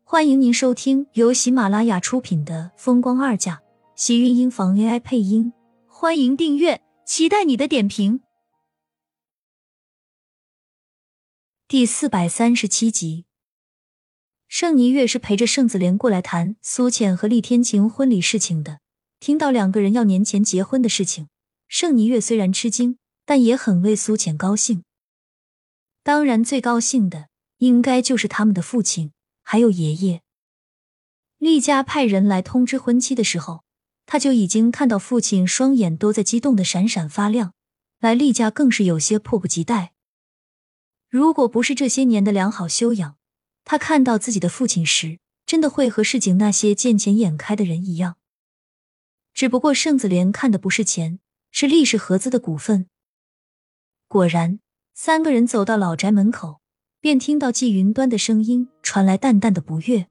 欢迎您收听由喜马拉雅出品的《风光二嫁》，喜运音房 AI 配音。欢迎订阅，期待你的点评。第437集，盛霓月是陪着盛子莲过来谈苏浅和厉天晴婚礼事情的。听到两个人要年前结婚的事情，盛霓月虽然吃惊，但也很为苏浅高兴。当然最高兴的应该就是他们的父亲还有爷爷。厉家派人来通知婚期的时候，他就已经看到父亲双眼都在激动的闪闪发亮，来厉家更是有些迫不及待。如果不是这些年的良好修养，他看到自己的父亲时，真的会和市井那些见钱眼开的人一样。只不过盛子莲看的不是钱，是厉氏合资的股份。果然，三个人走到老宅门口，便听到季云端的声音传来淡淡的不悦。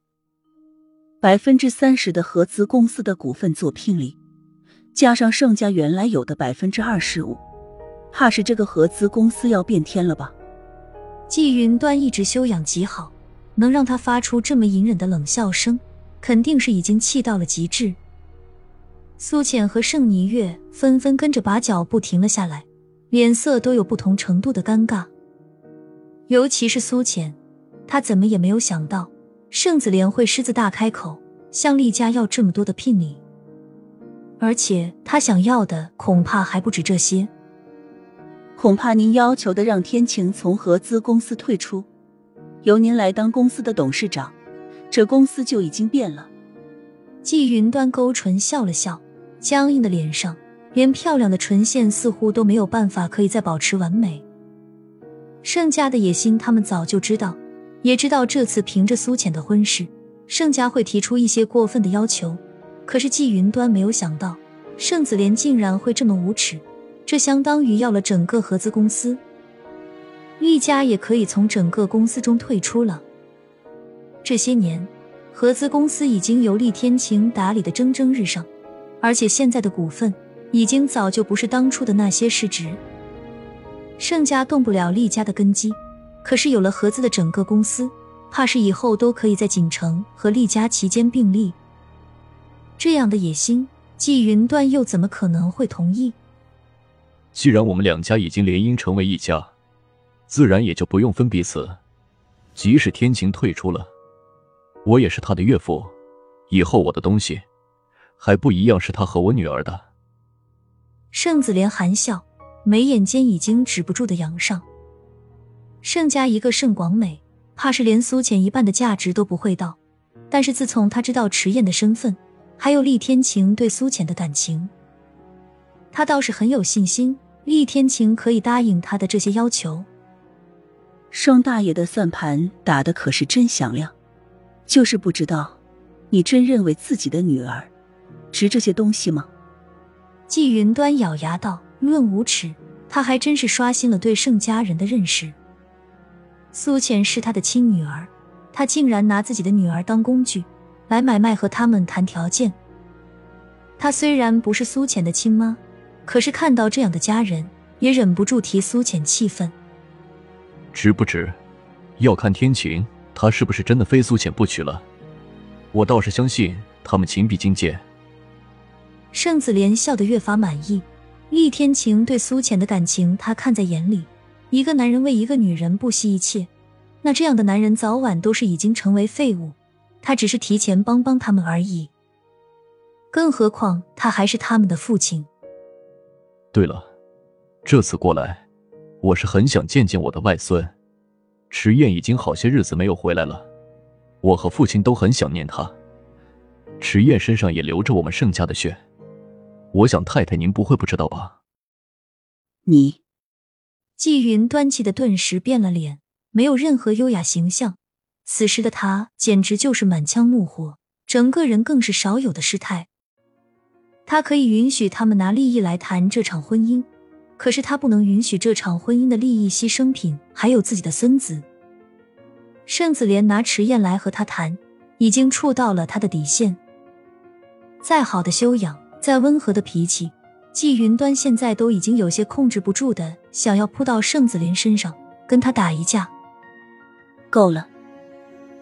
30%的合资公司的股份做聘礼，加上盛家原来有的25%，怕是这个合资公司要变天了吧？ 季云端一直修养极好，能让他发出这么隐忍的冷笑声，肯定是已经气到了极致。苏浅和盛霓月纷纷跟着把脚步停了下来，脸色都有不同程度的尴尬。尤其是苏浅，她怎么也没有想到盛子莲会狮子大开口向厉家要这么多的聘礼，而且她想要的恐怕还不止这些。 恐怕您要求的让天晴从合资公司退出，由您来当公司的董事长，这公司就已经变了。 季云端勾唇笑了笑，僵硬的脸上连漂亮的唇线似乎都没有办法可以再保持完美。盛家的野心他们早就知道，也知道这次凭着苏浅的婚事，盛家会提出一些过分的要求，可是季云端没有想到盛子莲竟然会这么无耻，这相当于要了整个合资公司。厉家也可以从整个公司中退出了。这些年合资公司已经由厉天晴打理得蒸蒸日上，而且现在的股份已经早就不是当初的那些市值。盛家动不了厉家的根基，可是有了合资的整个公司，怕是以后都可以在锦城和厉家齐肩并立。这样的野心，季云端又怎么可能会同意？ 既然我们两家已经联姻成为一家，自然也就不用分彼此。即使天晴退出了，我也是他的岳父，以后我的东西还不一样是他和我女儿的。 盛子莲含笑，眉眼间已经止不住的扬上。盛家一个盛广美，怕是连苏浅一半的价值都不会到，但是自从他知道迟燕的身份，还有厉天晴对苏浅的感情，他倒是很有信心厉天晴可以答应他的这些要求。 盛大爷的算盘打得可是真响亮，就是不知道你真认为自己的女儿值这些东西吗？ 季云端咬牙道，论无耻，他还真是刷新了对盛家人的认识。苏浅是他的亲女儿，他竟然拿自己的女儿当工具来买卖和他们谈条件。他虽然不是苏浅的亲妈，可是看到这样的家人也忍不住替苏浅气愤。 值不值要看天晴他是不是真的非苏浅不娶了，我倒是相信他们情比金坚。 盛子莲笑得越发满意，厉天晴对苏浅的感情他看在眼里，一个男人为一个女人不惜一切，那这样的男人早晚都是已经成为废物，他只是提前帮他们而已。更何况他还是他们的父亲。 对了，这次过来我是很想见见我的外孙，迟燕已经好些日子没有回来了，我和父亲都很想念他。迟燕身上也流着我们盛家的血，我想太太您不会不知道吧？ 你…… 季云端气的顿时变了脸，没有任何优雅形象，此时的他简直就是满腔怒火，整个人更是少有的失态。他可以允许他们拿利益来谈这场婚姻，可是他不能允许这场婚姻的利益牺牲品还有自己的孙子。盛子莲拿迟燕来和他谈，已经触到了他的底线。再好的修养，再温和的脾气，季云端现在都已经有些控制不住的想要扑到盛子莲身上跟他打一架。 够了！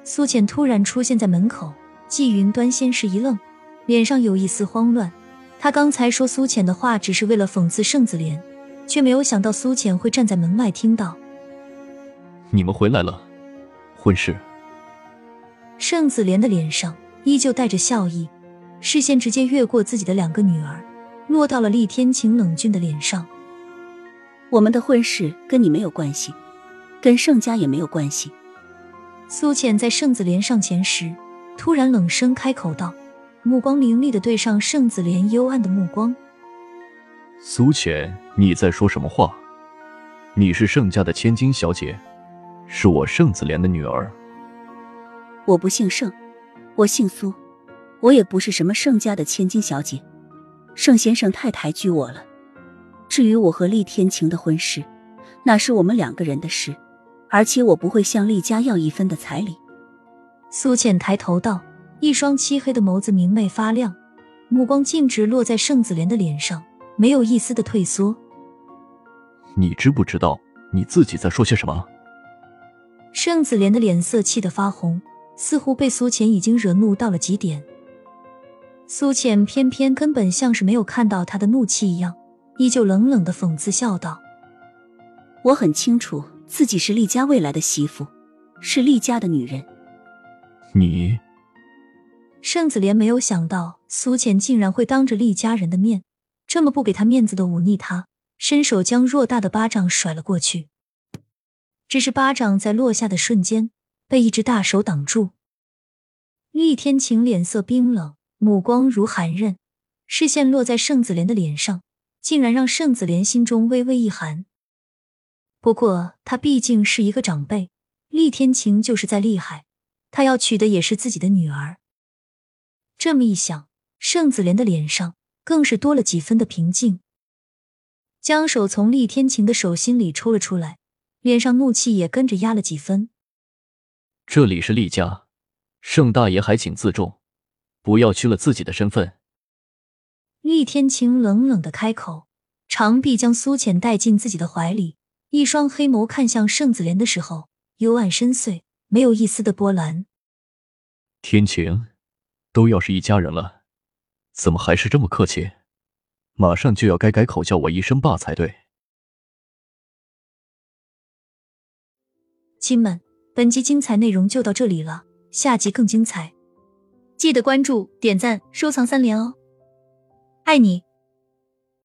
苏浅突然出现在门口，季云端先是一愣，脸上有一丝慌乱。他刚才说苏浅的话只是为了讽刺盛子莲，却没有想到苏浅会站在门外听到。 你们回来了，婚事。 盛子莲的脸上依旧带着笑意，视线直接越过自己的2个女儿，落到了厉天晴冷峻的脸上。 我们的婚事跟你没有关系，跟盛家也没有关系。 苏浅在盛子莲上前时，突然冷声开口道，目光凌厉地对上盛子莲幽暗的目光。 苏浅，你在说什么话？你是盛家的千金小姐，是我盛子莲的女儿。 我不姓盛，我姓苏，我也不是什么盛家的千金小姐，盛先生太抬举我了。至于我和厉天晴的婚事，那是我们2个人的事，而且我不会向厉家要1分的彩礼。 苏浅抬头道，一双漆黑的眸子明媚发亮，目光径直落在盛子莲的脸上，没有一丝的退缩。 你知不知道你自己在说些什么？ 盛子莲的脸色气得发红，似乎被苏浅已经惹怒到了极点。苏浅偏偏根本像是没有看到他的怒气一样，依旧冷冷地讽刺笑道， 我很清楚自己是厉家未来的媳妇，是厉家的女人。 你…… 盛子莲没有想到苏浅竟然会当着厉家人的面这么不给他面子的忤逆他，伸手将偌大的巴掌甩了过去。只是巴掌在落下的瞬间被一只大手挡住。厉天晴脸色冰冷，目光如寒刃，视线落在盛子莲的脸上，竟然让盛子莲心中微微一寒。不过他毕竟是一个长辈，厉天晴就是再厉害，他要娶的也是自己的女儿。这么一想，盛子莲的脸上更是多了几分的平静，将手从厉天晴的手心里抽了出来，脸上怒气也跟着压了几分。 这里是厉家，盛大爷还请自重，不要虚了自己的身份。 厉天晴冷冷地开口，长臂将苏浅带进自己的怀里，一双黑眸看向盛子莲的时候，幽暗深邃，没有一丝的波澜。 天晴，都要是一家人了，怎么还是这么客气？马上就要该改口叫我一声爸才对。 亲们，本集精彩内容就到这里了，下集更精彩，记得关注、点赞、收藏3连哦！爱你。